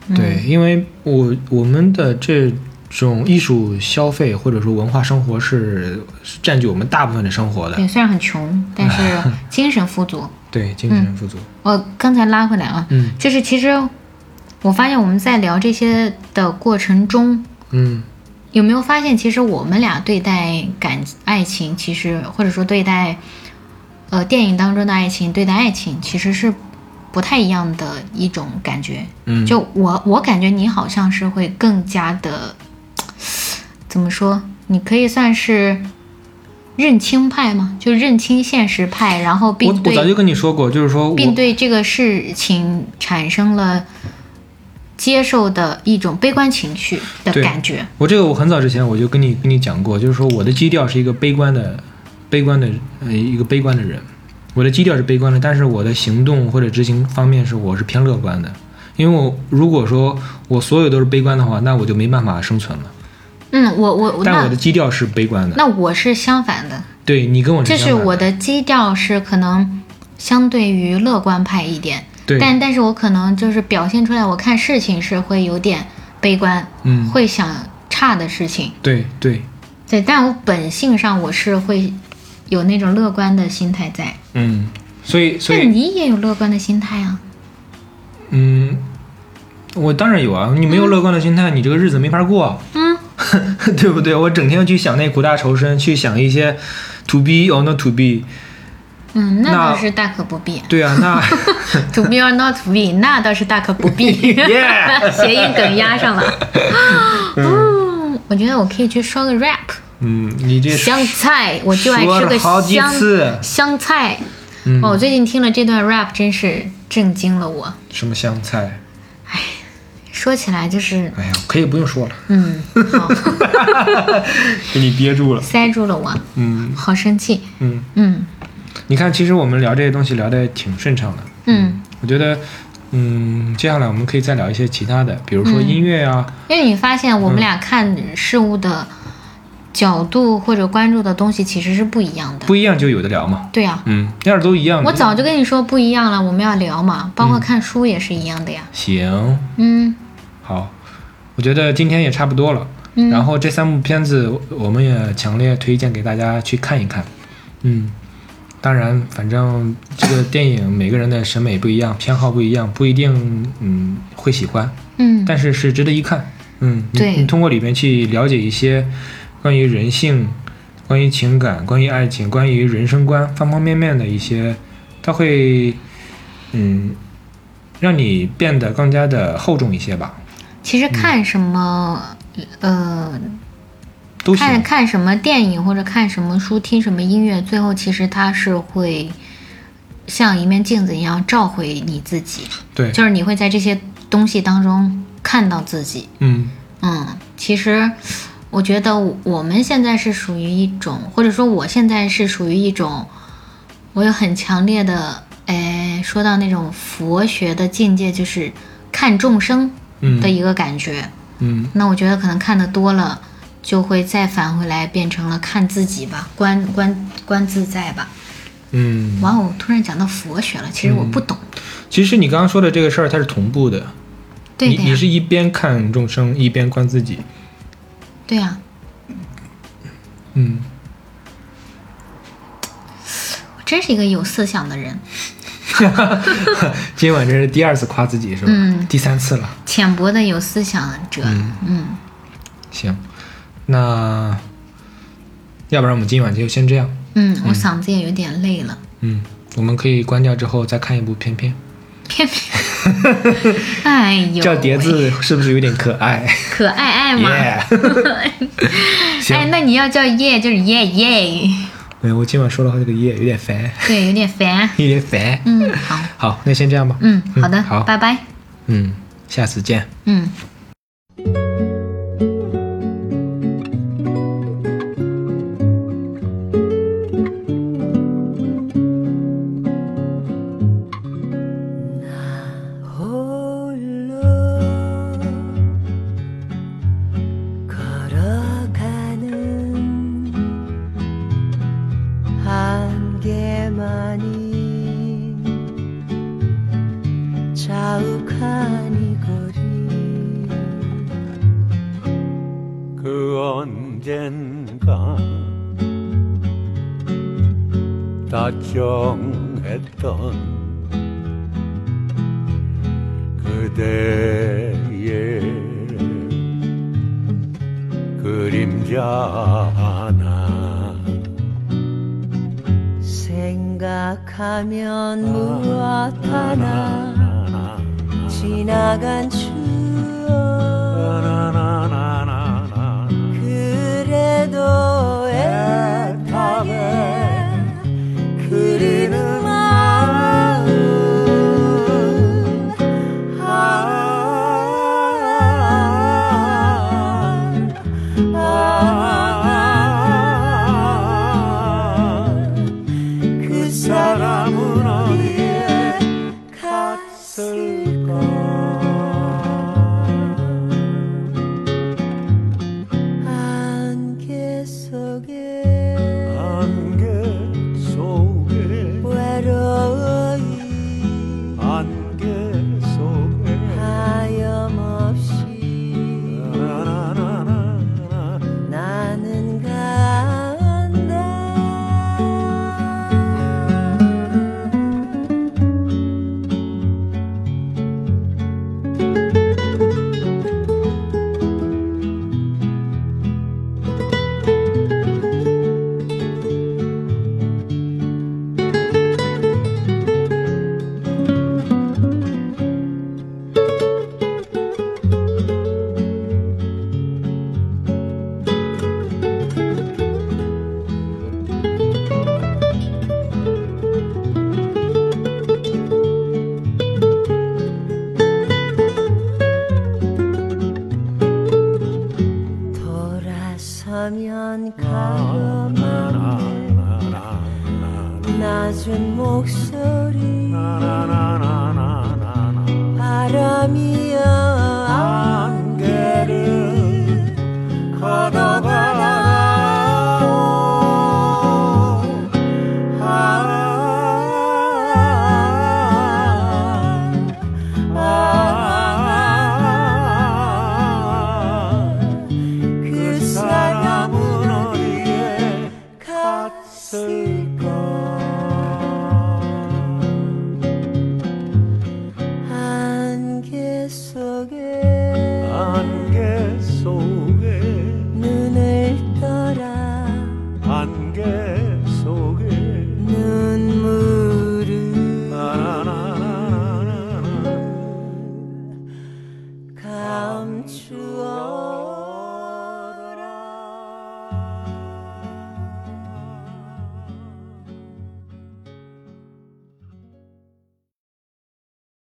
对，因为我我们的这种艺术消费或者说文化生活是是占据我们大部分的生活的。 对，虽然很穷，但是精神富足。 对，精神富足。 嗯、我刚才拉回来啊， 嗯， 就是其实我发现我们在聊这些的过程中， 嗯， 有没有发现，其实我们俩对待感爱情，其实或者说对待呃电影当中的爱情，对待爱情，其实是不太一样的一种感觉。 嗯， 就我我感觉你好像是会更加的，怎么说？你可以算是认清派吗？就认清现实派，然后并对我我早就跟你说过，就是说我并对这个事情产生了接受的一种悲观情绪的感觉。 我这个我很早之前我就跟你跟你讲过，就是说我的基调是一个悲观的悲观的呃一个悲观的人，我的基调是悲观的，但是我的行动或者执行方面是我是偏乐观的。因为我如果说我所有都是悲观的话，那我就没办法生存了。 嗯，我我但我的基调是悲观的。 那我是相反的。 对，你跟我是相反的。 就是我的基调是可能相对于乐观派一点， 对， 但但是我可能就是表现出来，我看事情是会有点悲观， 嗯， 会想差的事情。 对对对，但我本性上我是会有那种乐观的心态在。 嗯，所以所以但你也有乐观的心态啊。 嗯，我当然有啊，你没有乐观的心态，嗯、你这个日子没法过。 嗯， 对不对？我整天去想那苦大仇深，去想一些 to be or not to be。 嗯，那倒是大可不必。 对啊，那 to be or not to be， 那倒是大可不必。 yeah 谐音梗压上了。嗯，我觉得我可以去说个 rap。 嗯，你这香菜，我就爱吃个好几香次香菜。 嗯， 哦，我最近听了这段 rap， 真是震惊了我。 什么香菜？ 哎，说起来就是， 哎呀，可以不用说了。 嗯，好， 给你憋住了， 塞住了我。 嗯， 好生气。 嗯嗯， 你看，其实我们聊这些东西聊得挺顺畅的。 嗯， 我觉得，嗯，接下来我们可以再聊一些其他的，比如说音乐啊。 嗯、因为你发现我们俩看事物的角度或者关注的东西其实是不一样的。 不一样就有的聊嘛。 对啊。 嗯，要是都一样， 我早就跟你说不一样了，我们要聊嘛，包括看书也是一样的呀。 嗯、行。 嗯。 好，我觉得今天也差不多了。 嗯。 然后这三部片子，我们也强烈推荐给大家去看一看。嗯。当然，反正这个电影每个人的审美不一样，偏好不一样，不一定嗯会喜欢。 嗯。 但是是值得一看。嗯。 对。 你, 你通过里面去了解一些关于人性、关于情感、关于爱情、关于人生观方方面面的一些，它会嗯让你变得更加的厚重一些吧。 其实看什么，嗯、呃， 都行。 看看什么电影或者看什么书、听什么音乐，最后其实它是会像一面镜子一样照回你自己。 对， 就是你会在这些东西当中看到自己。 嗯嗯，其实我觉得我们现在是属于一种，或者说我现在是属于一种，我有很强烈的，哎，说到那种佛学的境界，就是看众生的一个感觉。 嗯， 那我觉得可能看得多了，就会再返回来变成了看自己吧，观观观自在吧。 嗯， 哇哦，突然讲到佛学了，其实我不懂。 嗯、其实你刚刚说的这个事儿，它是同步的。 对的呀。 你你是一边看众生，一边观自己。 对呀、啊。 嗯。 我真是一个有思想的人。 今晚这是第二次夸自己是吧？ 嗯， 第三次了。 浅薄的有思想者。 嗯。 嗯行，那要不然我们今晚就先这样。 嗯，我嗓子也有点累了。 嗯，我们可以关掉之后再看一部片片。 片片。哎呦， 这叠字是不是有点可爱？ 可爱爱嘛。 Yeah 哎，那你要叫耶就是耶耶。 没有，我今晚说的话这个耶有点烦。 对，有点烦。 有点烦。 嗯，好。 好，那先这样吧。 嗯，好的， 嗯、好， 拜拜。 嗯，下次见。 嗯。 자욱하니 거리 그 언젠가 다정했던 그대의 그림자 하나 생각하면 무엇 하나 지나간 추억 그래도 애타게 그리는 마음 아, 아, 아, 그 사람은 어디에 갔을까 안개 속에 안개 속에 외로이 안개 속에 하염없이 나나나나나 나는 간다 돌아서면 가로만에 낮은 목소리 바람이여 안개를 걷어가다오 아, 아, 아, 그 사람은 어디에 갔을까 안개 속에 안개 속